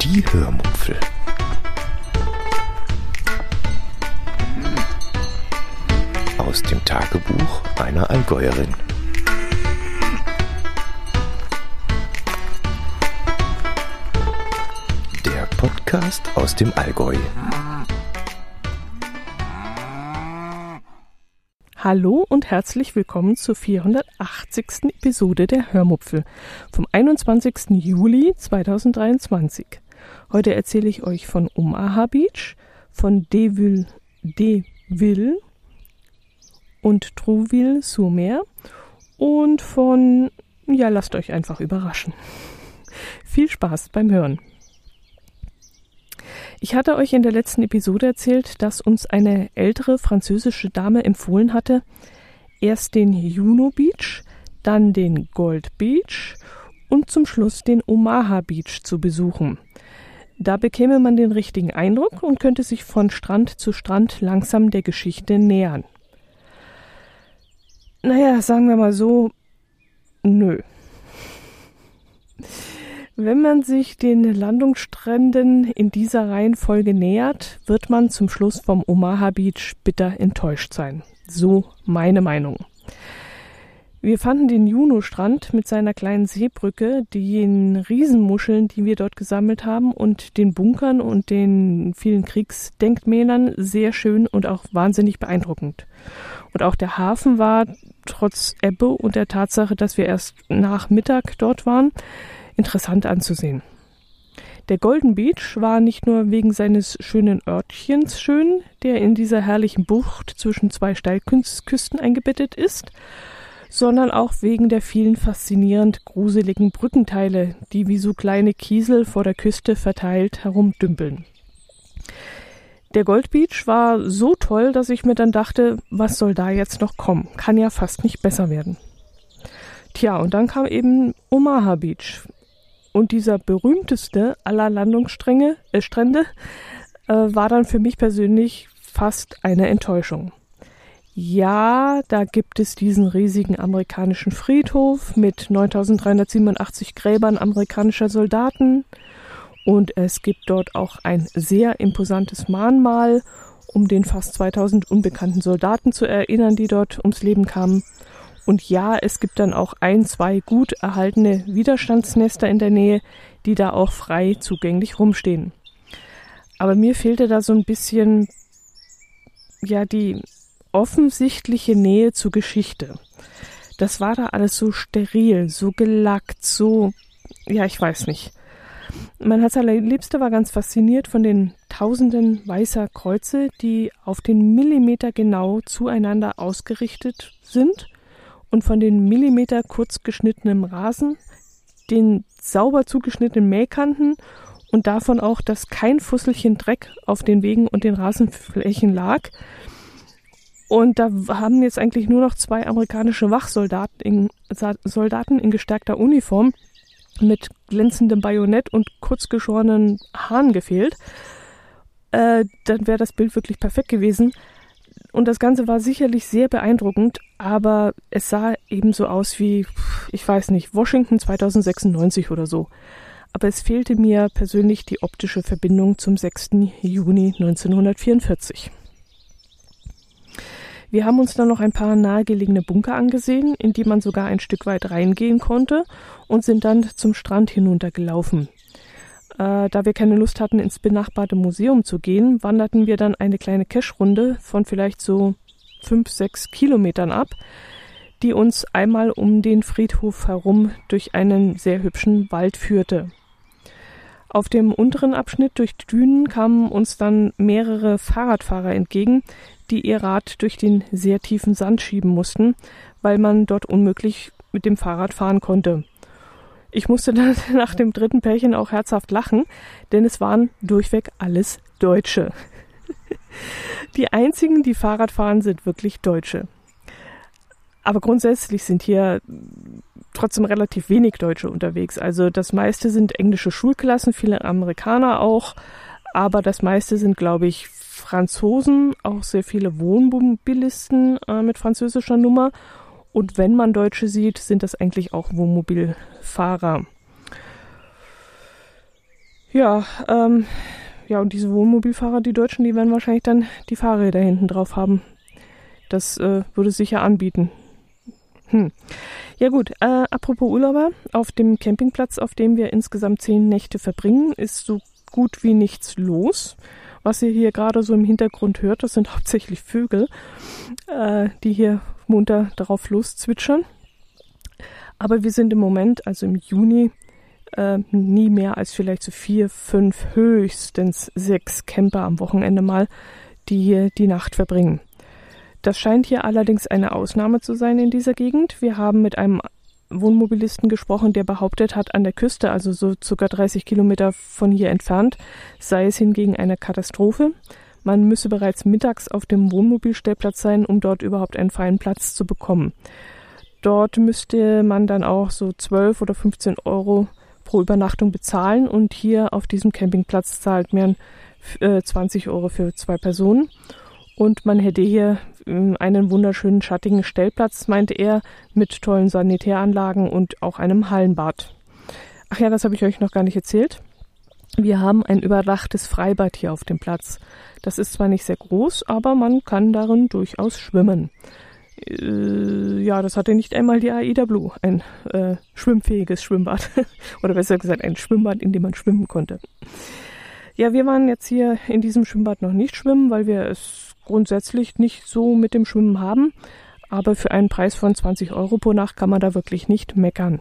Die Hörmupfel. Aus dem Tagebuch einer Allgäuerin. Der Podcast aus dem Allgäu. Hallo und herzlich willkommen zur 480. Episode der Hörmupfel vom 21. Juli 2023. Heute erzähle ich euch von Omaha Beach, von Deville und Trouville-sur-Mer und von, lasst euch einfach überraschen. Viel Spaß beim Hören. Ich hatte euch in der letzten Episode erzählt, dass uns eine ältere französische Dame empfohlen hatte, erst den Juno Beach, dann den Gold Beach und zum Schluss den Omaha Beach zu besuchen. Da bekäme man den richtigen Eindruck und könnte sich von Strand zu Strand langsam der Geschichte nähern. Sagen wir mal so, nö. Wenn man sich den Landungsstränden in dieser Reihenfolge nähert, wird man zum Schluss vom Omaha Beach bitter enttäuscht sein. So meine Meinung. Wir fanden den Juno-Strand mit seiner kleinen Seebrücke, den Riesenmuscheln, die wir dort gesammelt haben, und den Bunkern und den vielen Kriegsdenkmälern sehr schön und auch wahnsinnig beeindruckend. Und auch der Hafen war, trotz Ebbe und der Tatsache, dass wir erst nach Mittag dort waren, interessant anzusehen. Der Golden Beach war nicht nur wegen seines schönen Örtchens schön, der in dieser herrlichen Bucht zwischen zwei Steilküsten eingebettet ist, sondern auch wegen der vielen faszinierend gruseligen Brückenteile, die wie so kleine Kiesel vor der Küste verteilt herumdümpeln. Der Gold Beach war so toll, dass ich mir dann dachte, was soll da jetzt noch kommen? Kann ja fast nicht besser werden. Tja, und dann kam eben Omaha Beach. Und dieser berühmteste aller Landungsstrände war dann für mich persönlich fast eine Enttäuschung. Ja, da gibt es diesen riesigen amerikanischen Friedhof mit 9.387 Gräbern amerikanischer Soldaten. Und es gibt dort auch ein sehr imposantes Mahnmal, um den fast 2000 unbekannten Soldaten zu erinnern, die dort ums Leben kamen. Und ja, es gibt dann auch 2 gut erhaltene Widerstandsnester in der Nähe, die da auch frei zugänglich rumstehen. Aber mir fehlte da so ein bisschen, die offensichtliche Nähe zur Geschichte. Das war da alles so steril, so gelackt, so, ich weiß nicht. Mein Herz allerliebster war ganz fasziniert von den tausenden weißer Kreuze, die auf den Millimeter genau zueinander ausgerichtet sind. Und von den Millimeter kurz geschnittenen Rasen, den sauber zugeschnittenen Mähkanten und davon auch, dass kein Fusselchen Dreck auf den Wegen und den Rasenflächen lag. Und da haben jetzt eigentlich nur noch 2 amerikanische Wachsoldaten in gestärkter Uniform mit glänzendem Bajonett und kurzgeschorenen Haaren gefehlt. Dann wäre das Bild wirklich perfekt gewesen. Und das Ganze war sicherlich sehr beeindruckend, aber es sah eben so aus wie, ich weiß nicht, Washington 2096 oder so. Aber es fehlte mir persönlich die optische Verbindung zum 6. Juni 1944. Wir haben uns dann noch ein paar nahegelegene Bunker angesehen, in die man sogar ein Stück weit reingehen konnte, und sind dann zum Strand hinuntergelaufen. Da wir keine Lust hatten, ins benachbarte Museum zu gehen, wanderten wir dann eine kleine Cache-Runde von vielleicht so 5-6 Kilometern ab, die uns einmal um den Friedhof herum durch einen sehr hübschen Wald führte. Auf dem unteren Abschnitt durch Dünen kamen uns dann mehrere Fahrradfahrer entgegen, die ihr Rad durch den sehr tiefen Sand schieben mussten, weil man dort unmöglich mit dem Fahrrad fahren konnte. Ich musste dann nach dem dritten Pärchen auch herzhaft lachen, denn es waren durchweg alles Deutsche. Die einzigen, die Fahrrad fahren, sind wirklich Deutsche. Aber grundsätzlich sind hier trotzdem relativ wenig Deutsche unterwegs. Also das meiste sind englische Schulklassen, viele Amerikaner auch, aber das meiste sind, glaube ich, Franzosen, auch sehr viele Wohnmobilisten mit französischer Nummer. Und wenn man Deutsche sieht, sind das eigentlich auch Wohnmobilfahrer. Und diese Wohnmobilfahrer, die Deutschen, die werden wahrscheinlich dann die Fahrräder hinten drauf haben. Das würde sich ja anbieten. Ja gut, apropos Urlauber, auf dem Campingplatz, auf dem wir insgesamt 10 Nächte verbringen, ist so gut wie nichts los. Was ihr hier gerade so im Hintergrund hört, das sind hauptsächlich Vögel, die hier munter darauf loszwitschern. Aber wir sind im Moment, also im Juni, nie mehr als vielleicht so 4, 5, höchstens 6 Camper am Wochenende mal, die hier die Nacht verbringen. Das scheint hier allerdings eine Ausnahme zu sein in dieser Gegend. Wir haben mit einem Wohnmobilisten gesprochen, der behauptet hat, an der Küste, also so ca. 30 Kilometer von hier entfernt, sei es hingegen eine Katastrophe. Man müsse bereits mittags auf dem Wohnmobilstellplatz sein, um dort überhaupt einen freien Platz zu bekommen. Dort müsste man dann auch so 12 oder 15 Euro pro Übernachtung bezahlen und hier auf diesem Campingplatz zahlt man 20 Euro für 2 Personen. Und man hätte hier einen wunderschönen schattigen Stellplatz, meinte er, mit tollen Sanitäranlagen und auch einem Hallenbad. Ach ja, das habe ich euch noch gar nicht erzählt. Wir haben ein überdachtes Freibad hier auf dem Platz. Das ist zwar nicht sehr groß, aber man kann darin durchaus schwimmen. Das hatte nicht einmal die AIDA Blue, ein schwimmfähiges Schwimmbad. Oder besser gesagt, ein Schwimmbad, in dem man schwimmen konnte. Ja, wir waren jetzt hier in diesem Schwimmbad noch nicht schwimmen, weil wir es grundsätzlich nicht so mit dem Schwimmen haben. Aber für einen Preis von 20 Euro pro Nacht kann man da wirklich nicht meckern.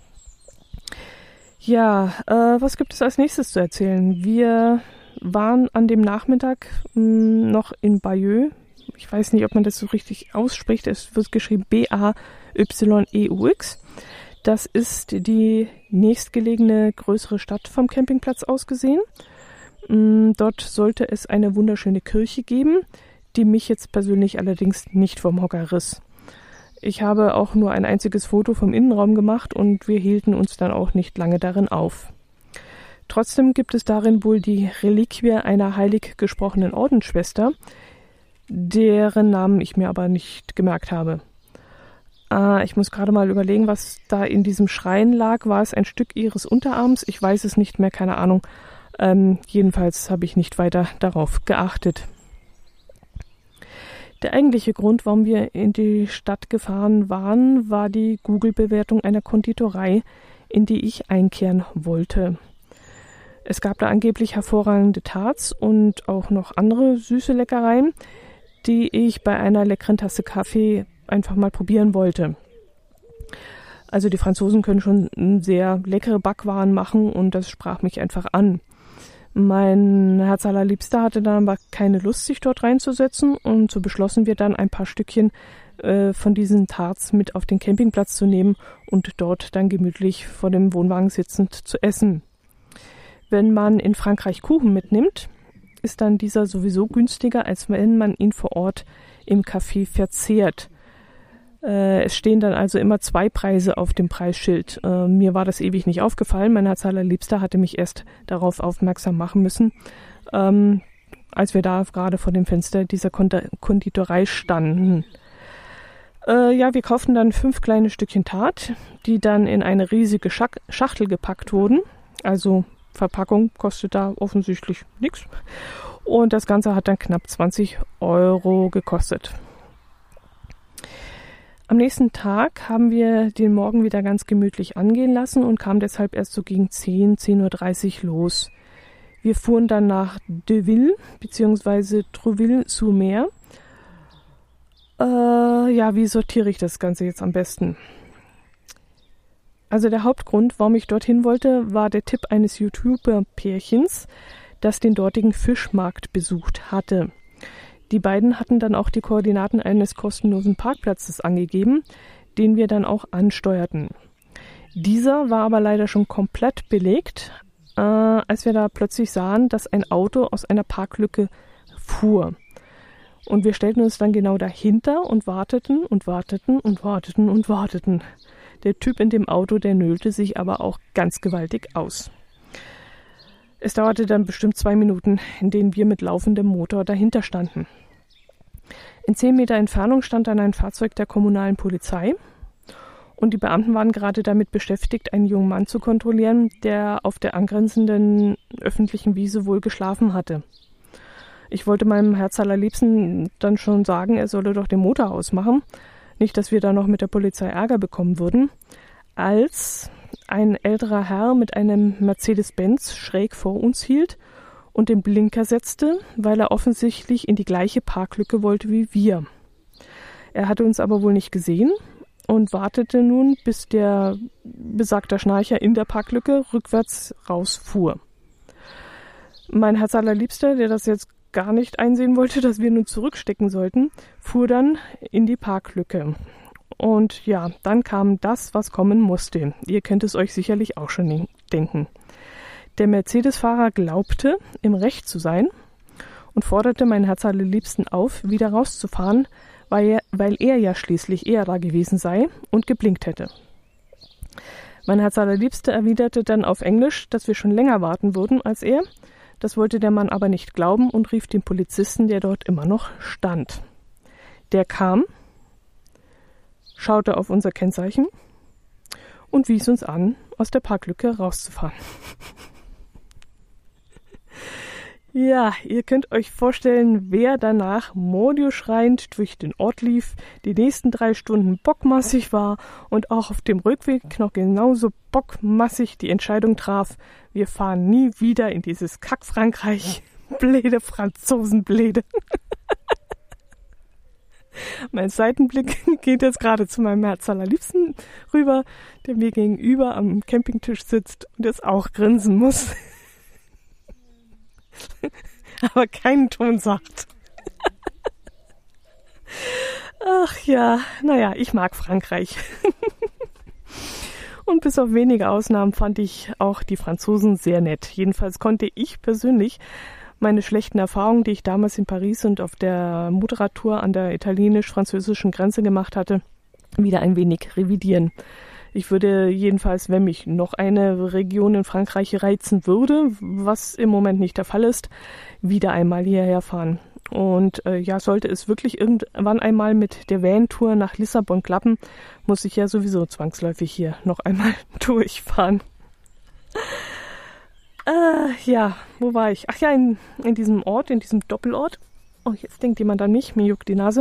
Ja, was gibt es als nächstes zu erzählen? Wir waren an dem Nachmittag noch in Bayeux. Ich weiß nicht, ob man das so richtig ausspricht. Es wird geschrieben B-A-Y-E-U-X. Das ist die nächstgelegene größere Stadt vom Campingplatz aus gesehen. Dort sollte es eine wunderschöne Kirche geben, die mich jetzt persönlich allerdings nicht vom Hocker riss. Ich habe auch nur ein einziges Foto vom Innenraum gemacht und wir hielten uns dann auch nicht lange darin auf. Trotzdem gibt es darin wohl die Reliquie einer heilig gesprochenen Ordensschwester, deren Namen ich mir aber nicht gemerkt habe. Ich muss gerade mal überlegen, was da in diesem Schrein lag. War es ein Stück ihres Unterarms? Ich weiß es nicht mehr, keine Ahnung. Jedenfalls habe ich nicht weiter darauf geachtet. Der eigentliche Grund, warum wir in die Stadt gefahren waren, war die Google-Bewertung einer Konditorei, in die ich einkehren wollte. Es gab da angeblich hervorragende Tarts und auch noch andere süße Leckereien, die ich bei einer leckeren Tasse Kaffee einfach mal probieren wollte. Also die Franzosen können schon sehr leckere Backwaren machen und das sprach mich einfach an. Mein Herz allerliebster hatte dann aber keine Lust, sich dort reinzusetzen und so beschlossen wir dann ein paar Stückchen von diesen Tarts mit auf den Campingplatz zu nehmen und dort dann gemütlich vor dem Wohnwagen sitzend zu essen. Wenn man in Frankreich Kuchen mitnimmt, ist dann dieser sowieso günstiger, als wenn man ihn vor Ort im Café verzehrt. Es stehen dann also immer 2 Preise auf dem Preisschild. Mir war das ewig nicht aufgefallen. Mein Herz allerliebster hatte mich erst darauf aufmerksam machen müssen, als wir da gerade vor dem Fenster dieser Konditorei standen. Wir kauften dann 5 kleine Stückchen Tart, die dann in eine riesige Schachtel gepackt wurden. Also Verpackung kostet da offensichtlich nichts. Und das Ganze hat dann knapp 20 Euro gekostet. Am nächsten Tag haben wir den Morgen wieder ganz gemütlich angehen lassen und kamen deshalb erst so gegen 10:30 Uhr los. Wir fuhren dann nach Deauville bzw. Trouville-sur-Mer. Wie sortiere ich das Ganze jetzt am besten? Also der Hauptgrund, warum ich dorthin wollte, war der Tipp eines YouTuber-Pärchens, das den dortigen Fischmarkt besucht hatte. Die beiden hatten dann auch die Koordinaten eines kostenlosen Parkplatzes angegeben, den wir dann auch ansteuerten. Dieser war aber leider schon komplett belegt, als wir da plötzlich sahen, dass ein Auto aus einer Parklücke fuhr. Und wir stellten uns dann genau dahinter und warteten und warteten und warteten und warteten. Der Typ in dem Auto, der nölte sich aber auch ganz gewaltig aus. Es dauerte dann bestimmt 2 Minuten, in denen wir mit laufendem Motor dahinter standen. In 10 Meter Entfernung stand dann ein Fahrzeug der kommunalen Polizei Und die Beamten waren gerade damit beschäftigt, einen jungen Mann zu kontrollieren, der auf der angrenzenden öffentlichen Wiese wohl geschlafen hatte. Ich wollte meinem Herz allerliebsten dann schon sagen, er solle doch den Motor ausmachen. Nicht, dass wir da noch mit der Polizei Ärger bekommen würden. Als ein älterer Herr mit einem Mercedes-Benz schräg vor uns hielt und den Blinker setzte, weil er offensichtlich in die gleiche Parklücke wollte wie wir. Er hatte uns aber wohl nicht gesehen und wartete nun, bis der besagte Schnarcher in der Parklücke rückwärts rausfuhr. Mein Herz allerliebster, der das jetzt gar nicht einsehen wollte, dass wir nun zurückstecken sollten, fuhr dann in die Parklücke. Und ja, dann kam das, was kommen musste. Ihr könnt es euch sicherlich auch schon denken. Der Mercedes-Fahrer glaubte, im Recht zu sein und forderte meinen Herz allerliebsten auf, wieder rauszufahren, weil er ja schließlich eher da gewesen sei und geblinkt hätte. Mein Herz allerliebste erwiderte dann auf Englisch, dass wir schon länger warten würden als er. Das wollte der Mann aber nicht glauben und rief den Polizisten, der dort immer noch stand. Der kam, schaute auf unser Kennzeichen und wies uns an, aus der Parklücke rauszufahren. Ja, ihr könnt euch vorstellen, wer danach modioschreiend durch den Ort lief, die nächsten 3 Stunden bockmassig war und auch auf dem Rückweg noch genauso bockmassig die Entscheidung traf, wir fahren nie wieder in dieses Kack-Frankreich. Bläde Franzosen, Bläde. Mein Seitenblick geht jetzt gerade zu meinem Herz allerliebsten rüber, der mir gegenüber am Campingtisch sitzt und jetzt auch grinsen muss. Aber keinen Ton sagt. Ach ja, naja, ich mag Frankreich. Und bis auf wenige Ausnahmen fand ich auch die Franzosen sehr nett. Jedenfalls konnte ich persönlich meine schlechten Erfahrungen, die ich damals in Paris und auf der Motorradtour an der italienisch-französischen Grenze gemacht hatte, wieder ein wenig revidieren. Ich würde jedenfalls, wenn mich noch eine Region in Frankreich reizen würde, was im Moment nicht der Fall ist, wieder einmal hierher fahren. Und ja, sollte es wirklich irgendwann einmal mit der Van-Tour nach Lissabon klappen, muss ich ja sowieso zwangsläufig hier noch einmal durchfahren. Ja, wo war ich? Ach ja, in diesem Ort, in diesem Doppelort. Oh, jetzt denkt jemand an mich, mir juckt die Nase.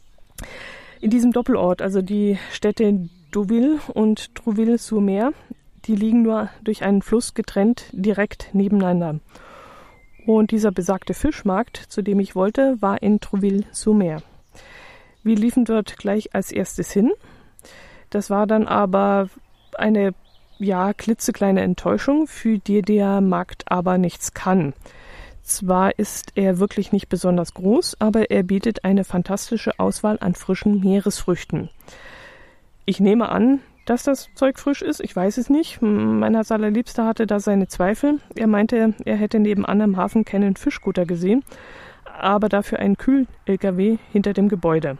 In diesem Doppelort, also die Städte Deauville und Trouville-sur-Mer, die liegen nur durch einen Fluss getrennt direkt nebeneinander. Und dieser besagte Fischmarkt, zu dem ich wollte, war in Trouville-sur-Mer. Wir liefen dort gleich als erstes hin. Das war dann aber eine, ja, klitzekleine Enttäuschung, für die der Markt aber nichts kann. Zwar ist er wirklich nicht besonders groß, aber er bietet eine fantastische Auswahl an frischen Meeresfrüchten. Ich nehme an, dass das Zeug frisch ist. Ich weiß es nicht. Mein Herz allerliebster hatte da seine Zweifel. Er meinte, er hätte nebenan am Hafen keinen Fischkutter gesehen, aber dafür einen Kühl-LKW hinter dem Gebäude.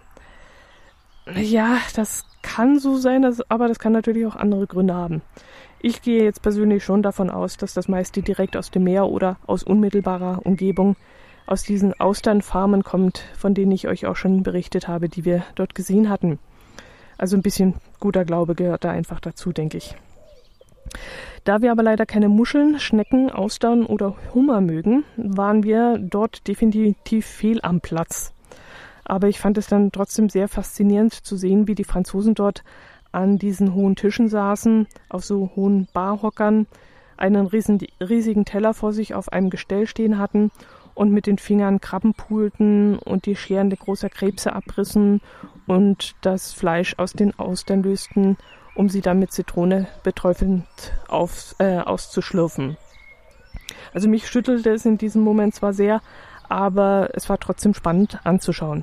Ja, das kann so sein, aber das kann natürlich auch andere Gründe haben. Ich gehe jetzt persönlich schon davon aus, dass das meiste direkt aus dem Meer oder aus unmittelbarer Umgebung aus diesen Austernfarmen kommt, von denen ich euch auch schon berichtet habe, die wir dort gesehen hatten. Also ein bisschen guter Glaube gehört da einfach dazu, denke ich. Da wir aber leider keine Muscheln, Schnecken, Austern oder Hummer mögen, waren wir dort definitiv fehl am Platz. Aber ich fand es dann trotzdem sehr faszinierend zu sehen, wie die Franzosen dort an diesen hohen Tischen saßen, auf so hohen Barhockern, einen riesigen Teller vor sich auf einem Gestell stehen hatten und mit den Fingern Krabben pulten und die Scheren großer Krebse abrissen und das Fleisch aus den Austern lösten, um sie dann mit Zitrone beträufelnd auszuschlürfen. Also mich schüttelte es in diesem Moment zwar sehr, aber es war trotzdem spannend anzuschauen.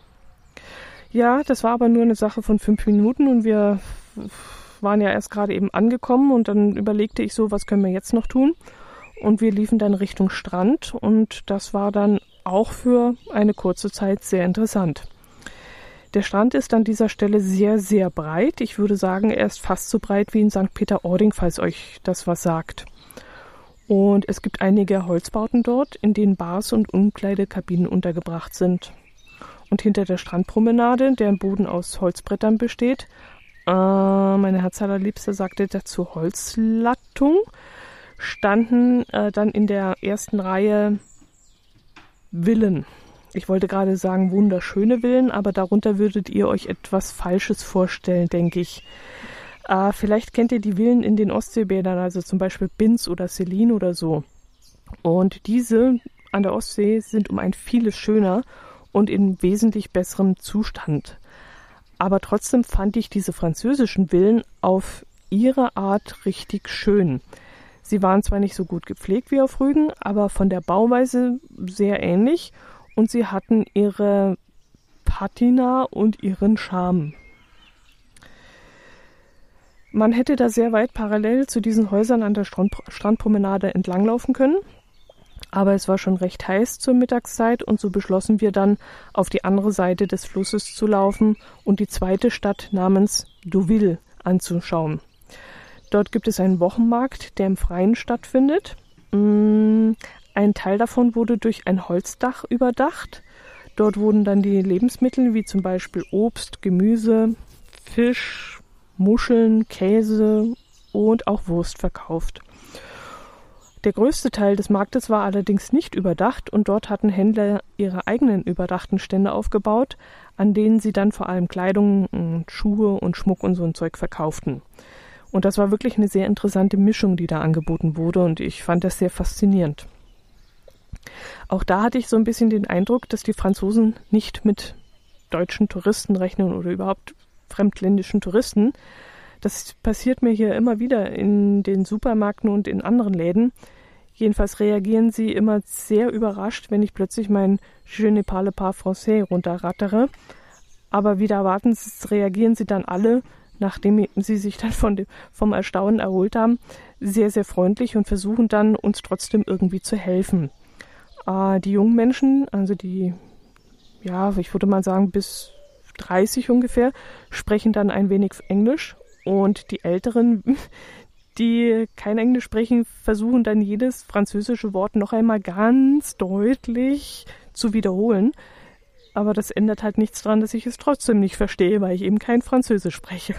Ja, das war aber nur eine Sache von 5 Minuten und wir waren ja erst gerade eben angekommen und dann überlegte ich so, was können wir jetzt noch tun? Und wir liefen dann Richtung Strand und das war dann auch für eine kurze Zeit sehr interessant. Der Strand ist an dieser Stelle sehr, sehr breit. Ich würde sagen, er ist fast so breit wie in St. Peter-Ording, falls euch das was sagt. Und es gibt einige Holzbauten dort, in denen Bars und Umkleidekabinen untergebracht sind. Und hinter der Strandpromenade, der im Boden aus Holzbrettern besteht, Meine Herzallerliebste sagte dazu Holzlattung. Standen dann in der ersten Reihe Villen. Ich wollte gerade sagen wunderschöne Villen, aber darunter würdet ihr euch etwas Falsches vorstellen, denke ich. Vielleicht kennt ihr die Villen in den Ostseebädern, also zum Beispiel Binz oder Selin oder so. Und diese an der Ostsee sind um ein vieles schöner und in wesentlich besserem Zustand. Aber trotzdem fand ich diese französischen Villen auf ihre Art richtig schön. Sie waren zwar nicht so gut gepflegt wie auf Rügen, aber von der Bauweise sehr ähnlich und sie hatten ihre Patina und ihren Charme. Man hätte da sehr weit parallel zu diesen Häusern an der Strandpromenade entlanglaufen können, aber es war schon recht heiß zur Mittagszeit und so beschlossen wir dann, auf die andere Seite des Flusses zu laufen und die zweite Stadt namens Deauville anzuschauen. Dort gibt es einen Wochenmarkt, der im Freien stattfindet. Ein Teil davon wurde durch ein Holzdach überdacht. Dort wurden dann die Lebensmittel wie zum Beispiel Obst, Gemüse, Fisch, Muscheln, Käse und auch Wurst verkauft. Der größte Teil des Marktes war allerdings nicht überdacht und dort hatten Händler ihre eigenen überdachten Stände aufgebaut, an denen sie dann vor allem Kleidung, Schuhe und Schmuck und so ein Zeug verkauften. Und das war wirklich eine sehr interessante Mischung, die da angeboten wurde und ich fand das sehr faszinierend. Auch da hatte ich so ein bisschen den Eindruck, dass die Franzosen nicht mit deutschen Touristen rechnen oder überhaupt fremdländischen Touristen. Das passiert mir hier immer wieder in den Supermärkten und in anderen Läden. Jedenfalls reagieren sie immer sehr überrascht, wenn ich plötzlich mein Je ne parle pas français runterrattere. Aber wieder erwarten, reagieren sie dann alle, nachdem sie sich dann vom Erstaunen erholt haben, sehr, sehr freundlich und versuchen dann, uns trotzdem irgendwie zu helfen. Die jungen Menschen, also die, ja, ich würde mal sagen, bis 30 ungefähr, sprechen dann ein wenig Englisch. Und die Älteren, die kein Englisch sprechen, versuchen dann jedes französische Wort noch einmal ganz deutlich zu wiederholen. Aber das ändert halt nichts daran, dass ich es trotzdem nicht verstehe, weil ich eben kein Französisch spreche.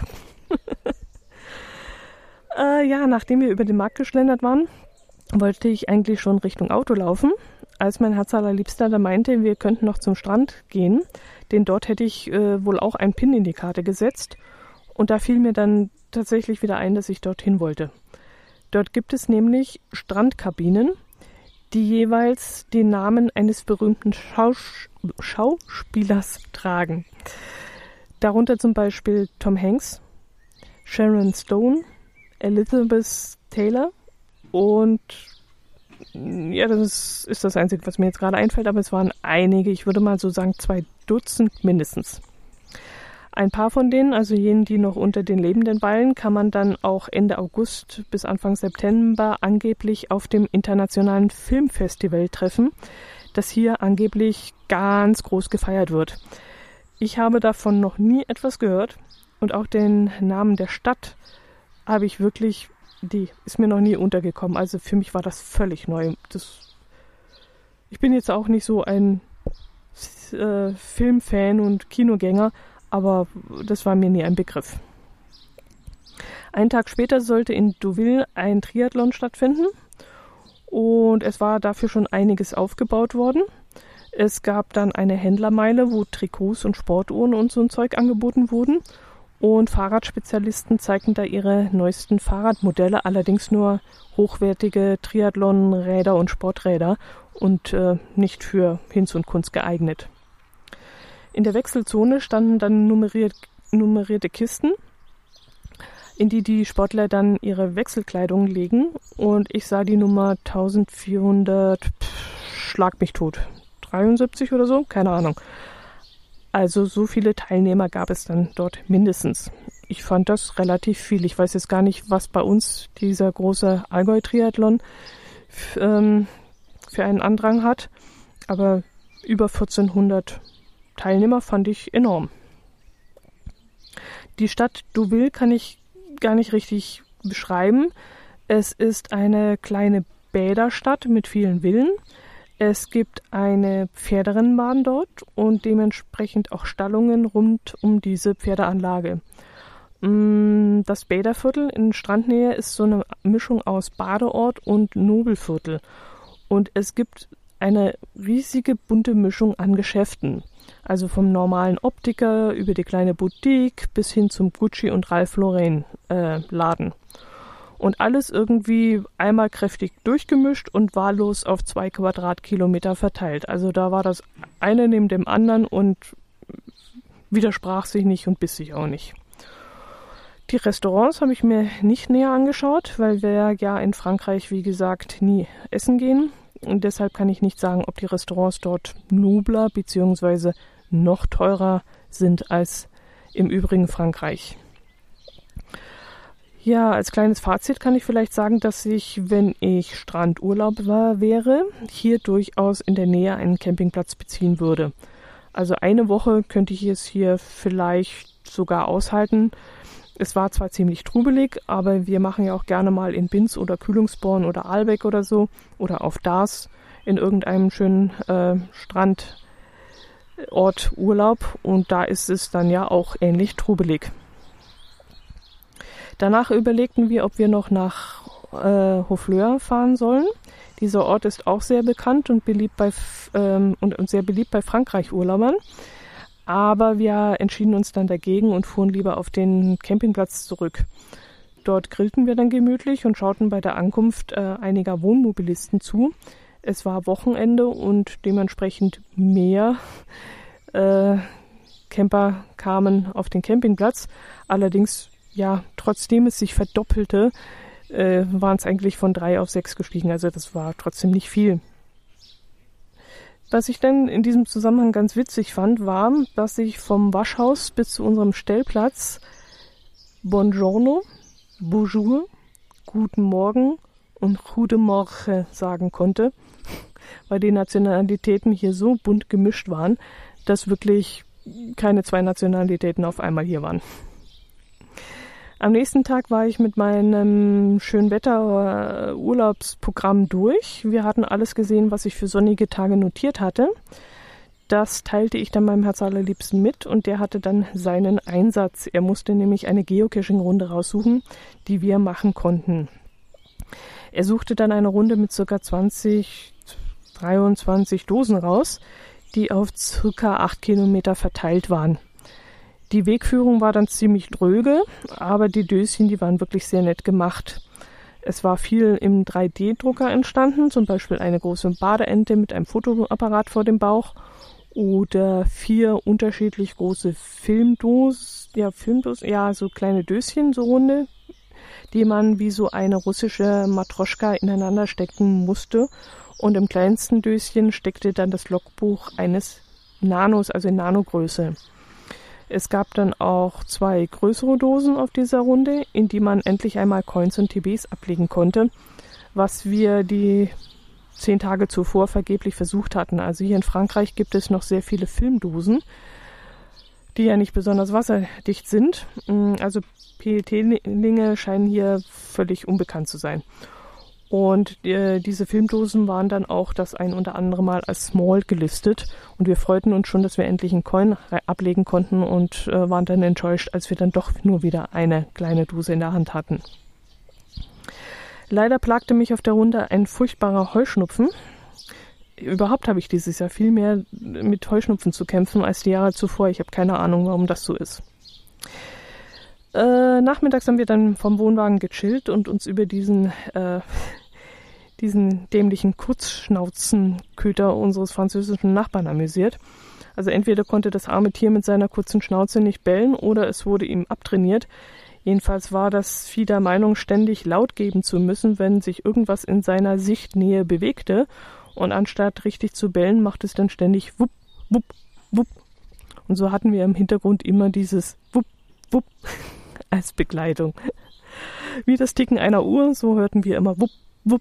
Nachdem wir über den Markt geschlendert waren, wollte ich eigentlich schon Richtung Auto laufen, als mein Herzallerliebster da meinte, wir könnten noch zum Strand gehen, denn dort hätte ich wohl auch einen Pin in die Karte gesetzt. Und da fiel mir dann tatsächlich wieder ein, dass ich dorthin wollte. Dort gibt es nämlich Strandkabinen, die jeweils den Namen eines berühmten Schauspielers tragen. Darunter zum Beispiel Tom Hanks, Sharon Stone, Elizabeth Taylor und ja, das ist das Einzige, was mir jetzt gerade einfällt, aber es waren einige, ich würde mal so sagen 2 Dutzend mindestens. Ein paar von denen, also jenen, die noch unter den Lebenden weilen, kann man dann auch Ende August bis Anfang September angeblich auf dem Internationalen Filmfestival treffen, das hier angeblich ganz groß gefeiert wird. Ich habe davon noch nie etwas gehört und auch den Namen der Stadt habe ich wirklich, die ist mir noch nie untergekommen. Also für mich war das völlig neu. Ich bin jetzt auch nicht so ein Filmfan und Kinogänger, aber das war mir nie ein Begriff. Einen Tag später sollte in Deauville ein Triathlon stattfinden und es war dafür schon einiges aufgebaut worden. Es gab dann eine Händlermeile, wo Trikots und Sportuhren und so ein Zeug angeboten wurden und Fahrradspezialisten zeigten da ihre neuesten Fahrradmodelle, allerdings nur hochwertige Triathlon-Räder und Sporträder und nicht für Hinz und Kunst geeignet. In der Wechselzone standen dann nummerierte Kisten, in die Sportler dann ihre Wechselkleidung legen. Und ich sah die Nummer 1400, schlag mich tot, 73 oder so, keine Ahnung. Also so viele Teilnehmer gab es dann dort mindestens. Ich fand das relativ viel. Ich weiß jetzt gar nicht, was bei uns dieser große Allgäu-Triathlon für einen Andrang hat, aber über 1400 Teilnehmer fand ich enorm. Die Stadt Deauville kann ich gar nicht richtig beschreiben. Es ist eine kleine Bäderstadt mit vielen Villen. Es gibt eine Pferderennbahn dort und dementsprechend auch Stallungen rund um diese Pferdeanlage. Das Bäderviertel in Strandnähe ist so eine Mischung aus Badeort und Nobelviertel. Und es gibt eine riesige bunte Mischung an Geschäften. Also vom normalen Optiker über die kleine Boutique bis hin zum Gucci und Ralph Lauren Laden. Und alles irgendwie einmal kräftig durchgemischt und wahllos auf 2 Quadratkilometer verteilt. Also da war das eine neben dem anderen und widersprach sich nicht und biss sich auch nicht. Die Restaurants habe ich mir nicht näher angeschaut, weil wir ja in Frankreich, wie gesagt, nie essen gehen. Und deshalb kann ich nicht sagen, ob die Restaurants dort nobler bzw. noch teurer sind als im übrigen Frankreich. Ja, als kleines Fazit kann ich vielleicht sagen, dass ich, wenn ich Strandurlaub wäre, hier durchaus in der Nähe einen Campingplatz beziehen würde. Also eine Woche könnte ich es hier vielleicht sogar aushalten. Es war zwar ziemlich trubelig, aber wir machen ja auch gerne mal in Binz oder Kühlungsborn oder Aalbeck oder so oder auf Daas in irgendeinem schönen Strandort Urlaub und da ist es dann ja auch ähnlich trubelig. Danach überlegten wir, ob wir noch nach Honfleur fahren sollen. Dieser Ort ist auch sehr bekannt und sehr beliebt bei Frankreich-Urlaubern. Aber wir entschieden uns dann dagegen und fuhren lieber auf den Campingplatz zurück. Dort grillten wir dann gemütlich und schauten bei der Ankunft einiger Wohnmobilisten zu. Es war Wochenende und dementsprechend mehr Camper kamen auf den Campingplatz. Allerdings, ja, trotzdem es sich verdoppelte, waren es eigentlich von 3 auf 6 gestiegen. Also das war trotzdem nicht viel. Was ich dann in diesem Zusammenhang ganz witzig fand, war, dass ich vom Waschhaus bis zu unserem Stellplatz Buongiorno, Bonjour, Guten Morgen und Gute Morgen sagen konnte, weil die Nationalitäten hier so bunt gemischt waren, dass wirklich keine 2 Nationalitäten auf einmal hier waren. Am nächsten Tag war ich mit meinem Schönwetter-Urlaubsprogramm durch. Wir hatten alles gesehen, was ich für sonnige Tage notiert hatte. Das teilte ich dann meinem Herzallerliebsten mit und der hatte dann seinen Einsatz. Er musste nämlich eine Geocaching-Runde raussuchen, die wir machen konnten. Er suchte dann eine Runde mit ca. 23 Dosen raus, die auf ca. 8 Kilometer verteilt waren. Die Wegführung war dann ziemlich dröge, aber die Döschen, die waren wirklich sehr nett gemacht. Es war viel im 3D-Drucker entstanden, zum Beispiel eine große Badeente mit einem Fotoapparat vor dem Bauch oder 4 unterschiedlich große Filmdosen, so kleine Döschen, so runde, die man wie so eine russische Matroschka ineinander stecken musste. Und im kleinsten Döschen steckte dann das Logbuch eines Nanos, also in Nanogröße. Es gab dann auch 2 größere Dosen auf dieser Runde, in die man endlich einmal Coins und TBs ablegen konnte, was wir die 10 Tage zuvor vergeblich versucht hatten. Also hier in Frankreich gibt es noch sehr viele Filmdosen, die ja nicht besonders wasserdicht sind. Also PET-Linge scheinen hier völlig unbekannt zu sein. Und diese Filmdosen waren dann auch das ein oder andere Mal als Small gelistet. Und wir freuten uns schon, dass wir endlich einen Coin ablegen konnten und waren dann enttäuscht, als wir dann doch nur wieder eine kleine Dose in der Hand hatten. Leider plagte mich auf der Runde ein furchtbarer Heuschnupfen. Überhaupt habe ich dieses Jahr viel mehr mit Heuschnupfen zu kämpfen als die Jahre zuvor. Ich habe keine Ahnung, warum das so ist. Nachmittags haben wir dann vom Wohnwagen gechillt und uns über diesen dämlichen Kurzschnauzenköter unseres französischen Nachbarn amüsiert. Also entweder konnte das arme Tier mit seiner kurzen Schnauze nicht bellen oder es wurde ihm abtrainiert. Jedenfalls war das Vieh der Meinung, ständig laut geben zu müssen, wenn sich irgendwas in seiner Sichtnähe bewegte. Und anstatt richtig zu bellen, macht es dann ständig wupp, wupp, wupp. Und so hatten wir im Hintergrund immer dieses wupp, wupp als Begleitung. Wie das Ticken einer Uhr, so hörten wir immer wupp, wupp.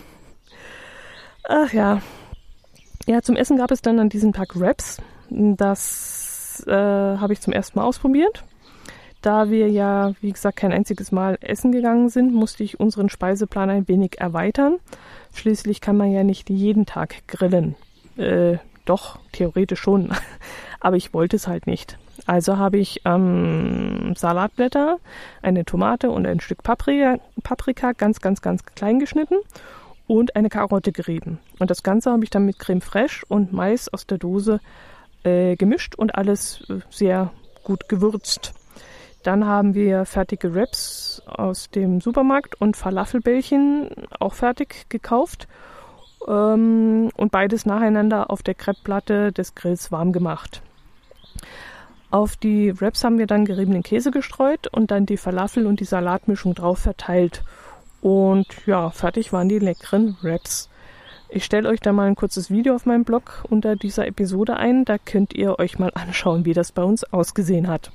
Ach ja. Ja, zum Essen gab es dann an diesem Tag Wraps. Das habe ich zum ersten Mal ausprobiert. Da wir ja, wie gesagt, kein einziges Mal essen gegangen sind, musste ich unseren Speiseplan ein wenig erweitern. Schließlich kann man ja nicht jeden Tag grillen. Doch, theoretisch schon. Aber ich wollte es halt nicht. Also habe ich Salatblätter, eine Tomate und ein Stück Paprika ganz, ganz, ganz klein geschnitten und eine Karotte gerieben. Und das Ganze habe ich dann mit Creme Fraiche und Mais aus der Dose gemischt und alles sehr gut gewürzt. Dann haben wir fertige Wraps aus dem Supermarkt und Falafelbällchen auch fertig gekauft und beides nacheinander auf der Crepeplatte des Grills warm gemacht. Auf die Wraps haben wir dann geriebenen Käse gestreut und dann die Falafel und die Salatmischung drauf verteilt. Und ja, fertig waren die leckeren Wraps. Ich stelle euch da mal ein kurzes Video auf meinem Blog unter dieser Episode ein. Da könnt ihr euch mal anschauen, wie das bei uns ausgesehen hat.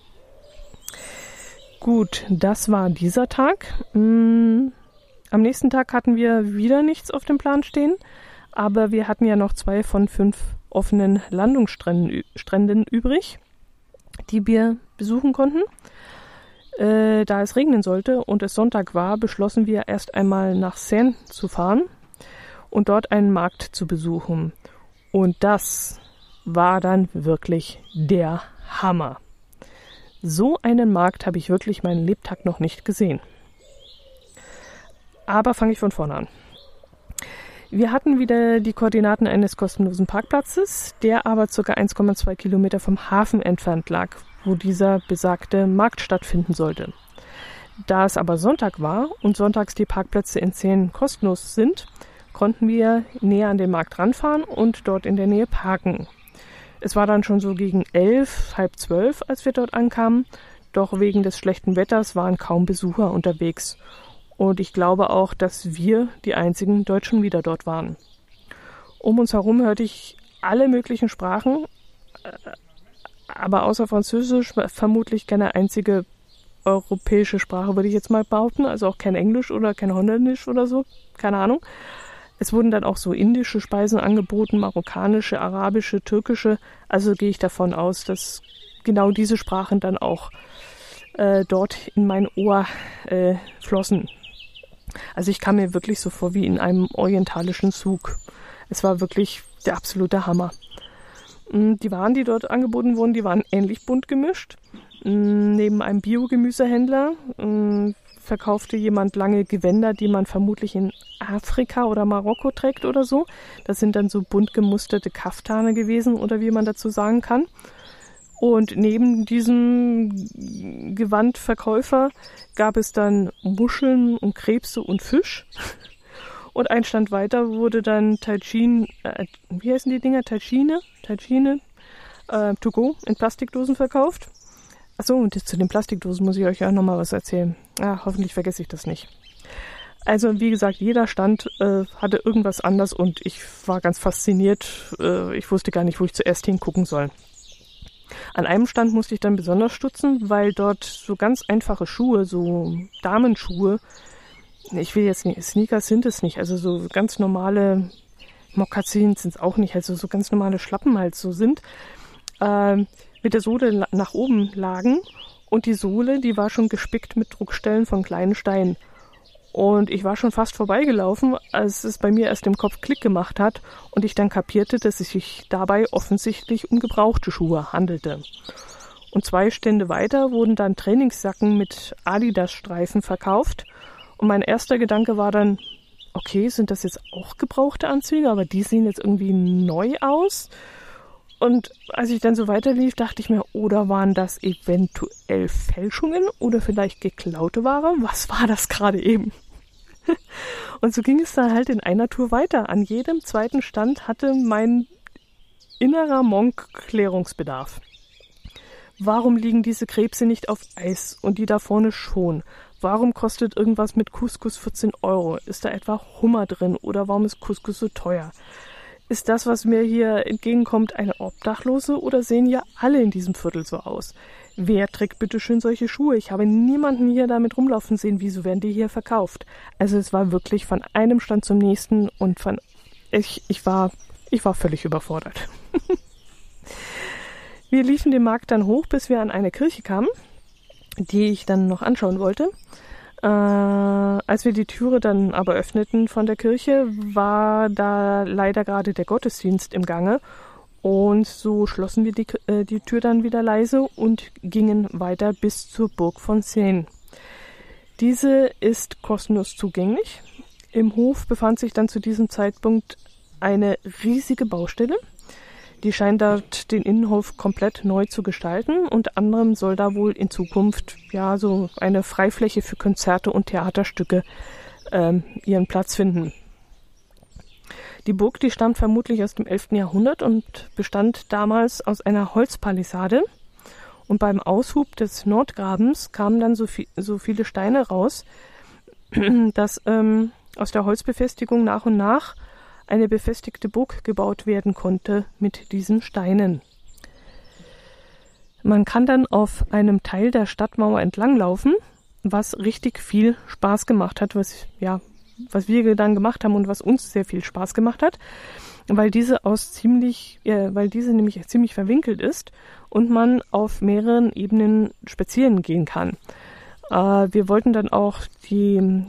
Gut, das war dieser Tag. Am nächsten Tag hatten wir wieder nichts auf dem Plan stehen, aber wir hatten ja noch 2 von 5 offenen Landungsstränden übrig, die wir besuchen konnten. Da es regnen sollte und es Sonntag war, beschlossen wir erst einmal nach Seine zu fahren und dort einen Markt zu besuchen. Und das war dann wirklich der Hammer. So einen Markt habe ich wirklich meinen Lebtag noch nicht gesehen. Aber fange ich von vorne an. Wir hatten wieder die Koordinaten eines kostenlosen Parkplatzes, der aber ca. 1,2 Kilometer vom Hafen entfernt lag, wo dieser besagte Markt stattfinden sollte. Da es aber Sonntag war und sonntags die Parkplätze in Seine kostenlos sind, konnten wir näher an den Markt ranfahren und dort in der Nähe parken. Es war dann schon so gegen 11, halb 12, als wir dort ankamen, doch wegen des schlechten Wetters waren kaum Besucher unterwegs. Und ich glaube auch, dass wir die einzigen Deutschen wieder dort waren. Um uns herum hörte ich alle möglichen Sprachen, aber außer Französisch vermutlich keine einzige europäische Sprache, würde ich jetzt mal behaupten. Also auch kein Englisch oder kein Holländisch oder so, keine Ahnung. Es wurden dann auch so indische Speisen angeboten, marokkanische, arabische, türkische. Also gehe ich davon aus, dass genau diese Sprachen dann auch dort in mein Ohr flossen. Also ich kam mir wirklich so vor wie in einem orientalischen Zug. Es war wirklich der absolute Hammer. Die Waren, die dort angeboten wurden, die waren ähnlich bunt gemischt. Neben einem Biogemüsehändler verkaufte jemand lange Gewänder, die man vermutlich in Afrika oder Marokko trägt oder so. Das sind dann so bunt gemusterte Kaftane gewesen oder wie man dazu sagen kann. Und neben diesem Gewandverkäufer gab es dann Muscheln und Krebse und Fisch. Und ein Stand weiter wurde dann Tagine, wie heißen die Dinger? Tagine, to go in Plastikdosen verkauft. Achso, und zu den Plastikdosen muss ich euch auch nochmal was erzählen. Hoffentlich vergesse ich das nicht. Also wie gesagt, jeder Stand hatte irgendwas anders und ich war ganz fasziniert. Ich wusste gar nicht, wo ich zuerst hingucken soll. An einem Stand musste ich dann besonders stutzen, weil dort so ganz einfache Schuhe, so Damenschuhe, ich will jetzt nicht, Sneakers sind es nicht, also so ganz normale Mokassins sind es auch nicht, also so ganz normale Schlappen halt so sind, mit der Sohle nach oben lagen und die Sohle, die war schon gespickt mit Druckstellen von kleinen Steinen. Und ich war schon fast vorbeigelaufen, als es bei mir erst im Kopf Klick gemacht hat und ich dann kapierte, dass es sich dabei offensichtlich um gebrauchte Schuhe handelte. Und 2 Stände weiter wurden dann Trainingsjacken mit Adidas-Streifen verkauft. Und mein erster Gedanke war dann, okay, sind das jetzt auch gebrauchte Anzüge, aber die sehen jetzt irgendwie neu aus? Und als ich dann so weiterlief, dachte ich mir, oder waren das eventuell Fälschungen oder vielleicht geklaute Ware? Was war das gerade eben? Und so ging es dann halt in einer Tour weiter. An jedem zweiten Stand hatte mein innerer Monk Klärungsbedarf. Warum liegen diese Krebse nicht auf Eis und die da vorne schon? Warum kostet irgendwas mit Couscous 14 €? Ist da etwa Hummer drin oder warum ist Couscous so teuer? Ist das, was mir hier entgegenkommt, eine Obdachlose oder sehen ja alle in diesem Viertel so aus? Wer trägt bitte schön solche Schuhe? Ich habe niemanden hier damit rumlaufen sehen. Wieso werden die hier verkauft? Also es war wirklich von einem Stand zum nächsten und ich war völlig überfordert. Wir liefen den Markt dann hoch, bis wir an eine Kirche kamen, die ich dann noch anschauen wollte. Als wir die Türe dann aber öffneten von der Kirche, war da leider gerade der Gottesdienst im Gange Und so schlossen wir die Tür dann wieder leise und gingen weiter bis zur Burg von Seine. Diese ist kostenlos zugänglich. Im Hof befand sich dann zu diesem Zeitpunkt eine riesige Baustelle. Die scheint dort den Innenhof komplett neu zu gestalten. Unter anderem soll da wohl in Zukunft ja so eine Freifläche für Konzerte und Theaterstücke ihren Platz finden. Die Burg, die stammt vermutlich aus dem 11. Jahrhundert und bestand damals aus einer Holzpalisade. Und beim Aushub des Nordgrabens kamen dann so viele Steine raus, dass aus der Holzbefestigung nach und nach eine befestigte Burg gebaut werden konnte mit diesen Steinen. Man kann dann auf einem Teil der Stadtmauer entlanglaufen, was richtig viel Spaß gemacht hat, was wir dann gemacht haben und was uns sehr viel Spaß gemacht hat, weil diese nämlich ziemlich verwinkelt ist und man auf mehreren Ebenen spazieren gehen kann. Wir wollten dann auch die,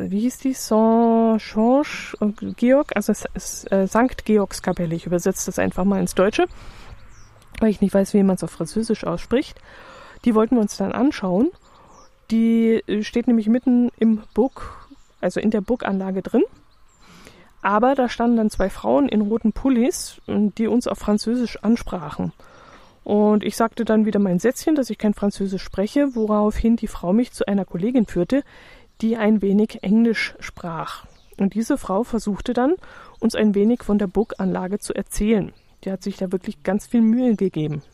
Saint-Georg, also St. Georgskapelle, ich übersetze das einfach mal ins Deutsche, weil ich nicht weiß, wie man es auf Französisch ausspricht. Die wollten wir uns dann anschauen. Die steht nämlich mitten in der Burganlage drin. Aber da standen dann 2 Frauen in roten Pullis, die uns auf Französisch ansprachen. Und ich sagte dann wieder mein Sätzchen, dass ich kein Französisch spreche, woraufhin die Frau mich zu einer Kollegin führte, die ein wenig Englisch sprach. Und diese Frau versuchte dann, uns ein wenig von der Burganlage zu erzählen. Die hat sich da wirklich ganz viel Mühe gegeben.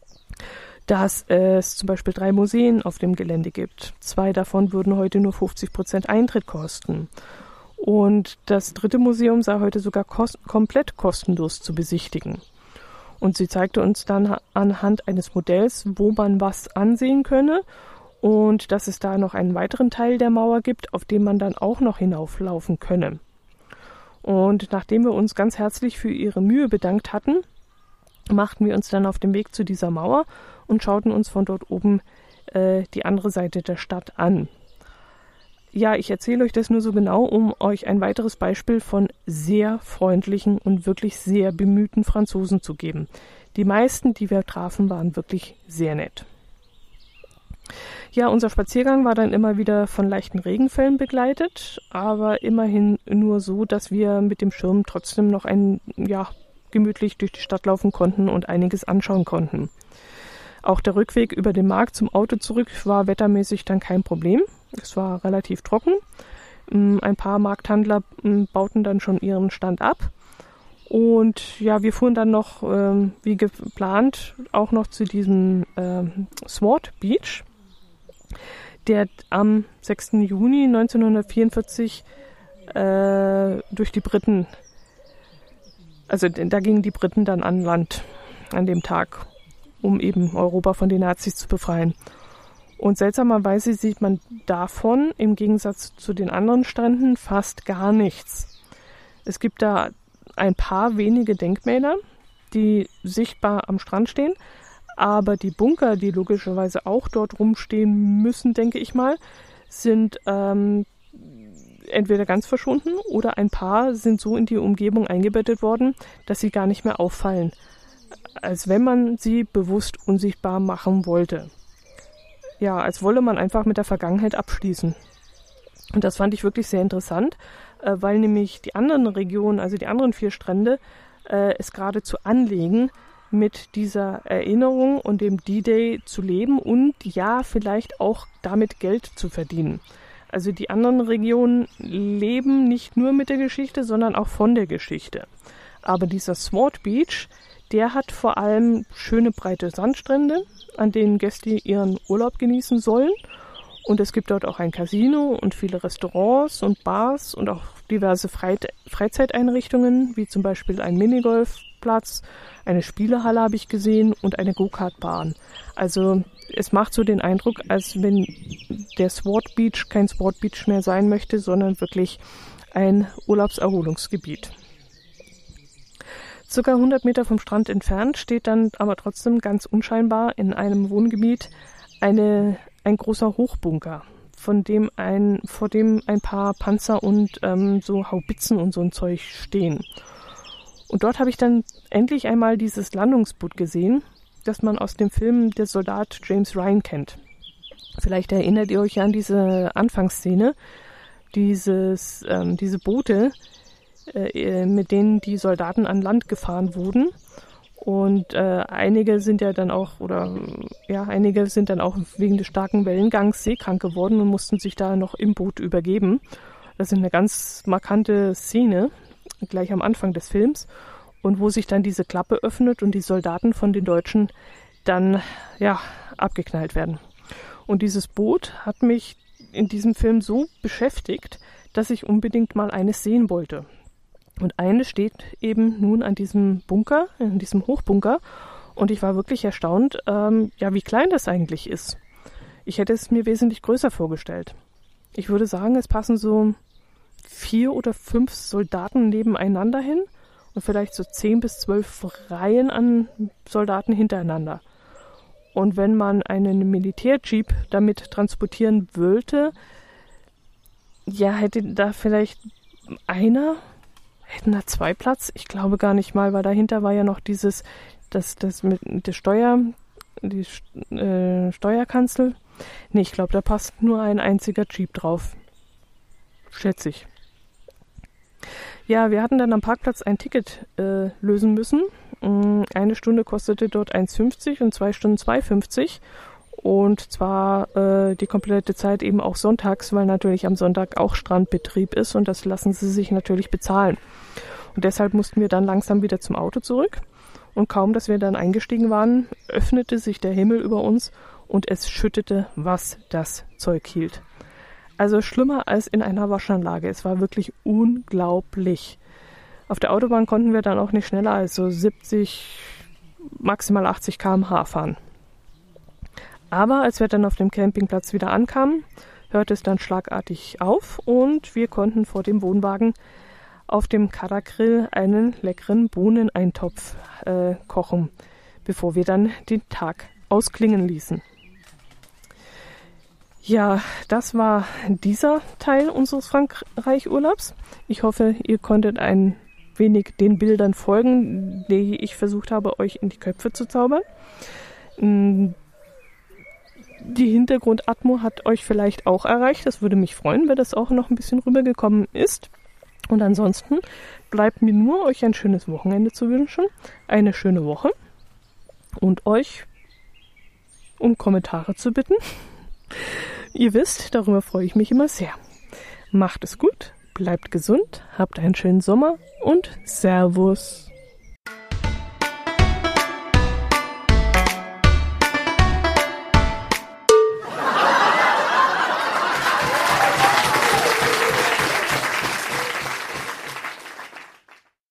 Dass es zum Beispiel 3 Museen auf dem Gelände gibt. 2 davon würden heute nur 50% Eintritt kosten. Und das 3. Museum sei heute sogar komplett kostenlos zu besichtigen. Und sie zeigte uns dann anhand eines Modells, wo man was ansehen könne und dass es da noch einen weiteren Teil der Mauer gibt, auf dem man dann auch noch hinauflaufen könne. Und nachdem wir uns ganz herzlich für ihre Mühe bedankt hatten, machten wir uns dann auf den Weg zu dieser Mauer und schauten uns von dort oben die andere Seite der Stadt an. Ja, ich erzähle euch das nur so genau, um euch ein weiteres Beispiel von sehr freundlichen und wirklich sehr bemühten Franzosen zu geben. Die meisten, die wir trafen, waren wirklich sehr nett. Ja, unser Spaziergang war dann immer wieder von leichten Regenfällen begleitet, aber immerhin nur so, dass wir mit dem Schirm trotzdem noch gemütlich durch die Stadt laufen konnten und einiges anschauen konnten. Auch der Rückweg über den Markt zum Auto zurück war wettermäßig dann kein Problem. Es war relativ trocken. Ein paar Markthandler bauten dann schon ihren Stand ab. Und ja, wir fuhren dann noch, wie geplant, auch noch zu diesem Sword Beach, der am 6. Juni 1944 durch die Briten, also da gingen die Briten dann an Land an dem Tag, um eben Europa von den Nazis zu befreien. Und seltsamerweise sieht man davon im Gegensatz zu den anderen Stränden fast gar nichts. Es gibt da ein paar wenige Denkmäler, die sichtbar am Strand stehen, aber die Bunker, die logischerweise auch dort rumstehen müssen, denke ich mal, sind entweder ganz verschwunden oder ein paar sind so in die Umgebung eingebettet worden, dass sie gar nicht mehr auffallen, als wenn man sie bewusst unsichtbar machen wollte. Ja, als wolle man einfach mit der Vergangenheit abschließen. Und das fand ich wirklich sehr interessant, weil nämlich die anderen Regionen, also die anderen 4 Strände, es geradezu anlegen, mit dieser Erinnerung und dem D-Day zu leben und ja, vielleicht auch damit Geld zu verdienen. Also die anderen Regionen leben nicht nur mit der Geschichte, sondern auch von der Geschichte. Aber dieser Sword Beach, der hat vor allem schöne breite Sandstrände, an denen Gäste ihren Urlaub genießen sollen. Und es gibt dort auch ein Casino und viele Restaurants und Bars und auch diverse Freizeiteinrichtungen, wie zum Beispiel ein Minigolfplatz, eine Spielehalle habe ich gesehen und eine Go-Kart-Bahn. Also es macht so den Eindruck, als wenn der Sword Beach kein Sword Beach mehr sein möchte, sondern wirklich ein Urlaubserholungsgebiet. Circa 100 Meter vom Strand entfernt steht dann aber trotzdem ganz unscheinbar in einem Wohngebiet ein großer Hochbunker, vor dem ein paar Panzer und so Haubitzen und so ein Zeug stehen. Und dort habe ich dann endlich einmal dieses Landungsboot gesehen, das man aus dem Film Der Soldat James Ryan kennt. Vielleicht erinnert ihr euch ja an diese Anfangsszene, diese Boote, mit denen die Soldaten an Land gefahren wurden. Und einige sind dann auch wegen des starken Wellengangs seekrank geworden und mussten sich da noch im Boot übergeben. Das ist eine ganz markante Szene, gleich am Anfang des Films. Und wo sich dann diese Klappe öffnet und die Soldaten von den Deutschen dann, abgeknallt werden. Und dieses Boot hat mich in diesem Film so beschäftigt, dass ich unbedingt mal eines sehen wollte. Und eines steht eben nun an diesem Bunker, in diesem Hochbunker. Und ich war wirklich erstaunt, wie klein das eigentlich ist. Ich hätte es mir wesentlich größer vorgestellt. Ich würde sagen, es passen so 4 oder 5 Soldaten nebeneinander hin und vielleicht so 10 bis 12 Reihen an Soldaten hintereinander. Und wenn man einen Militärjeep damit transportieren wollte, hätte da vielleicht hätten da 2 Platz? Ich glaube gar nicht mal, weil dahinter war ja noch die Steuerkanzel. Nee, ich glaube, da passt nur ein einziger Jeep drauf. Schätze ich. Ja, wir hatten dann am Parkplatz ein Ticket lösen müssen. 1 Stunde kostete dort 1,50 und 2 Stunden 2,50. Und zwar die komplette Zeit eben auch sonntags, weil natürlich am Sonntag auch Strandbetrieb ist und das lassen sie sich natürlich bezahlen. Und deshalb mussten wir dann langsam wieder zum Auto zurück. Und kaum, dass wir dann eingestiegen waren, öffnete sich der Himmel über uns und es schüttete, was das Zeug hielt. Also schlimmer als in einer Waschanlage. Es war wirklich unglaublich. Auf der Autobahn konnten wir dann auch nicht schneller als so 70, maximal 80 km/h fahren. Aber als wir dann auf dem Campingplatz wieder ankamen, hörte es dann schlagartig auf und wir konnten vor dem Wohnwagen auf dem Karak-Grill einen leckeren Bohneneintopf kochen, bevor wir dann den Tag ausklingen ließen. Ja, das war dieser Teil unseres Frankreich-Urlaubs. Ich hoffe, ihr konntet ein wenig den Bildern folgen, die ich versucht habe, euch in die Köpfe zu zaubern. Die Hintergrundatmo hat euch vielleicht auch erreicht. Das würde mich freuen, wenn das auch noch ein bisschen rübergekommen ist. Und ansonsten bleibt mir nur, euch ein schönes Wochenende zu wünschen, eine schöne Woche und euch um Kommentare zu bitten. Ihr wisst, darüber freue ich mich immer sehr. Macht es gut, bleibt gesund, habt einen schönen Sommer und Servus.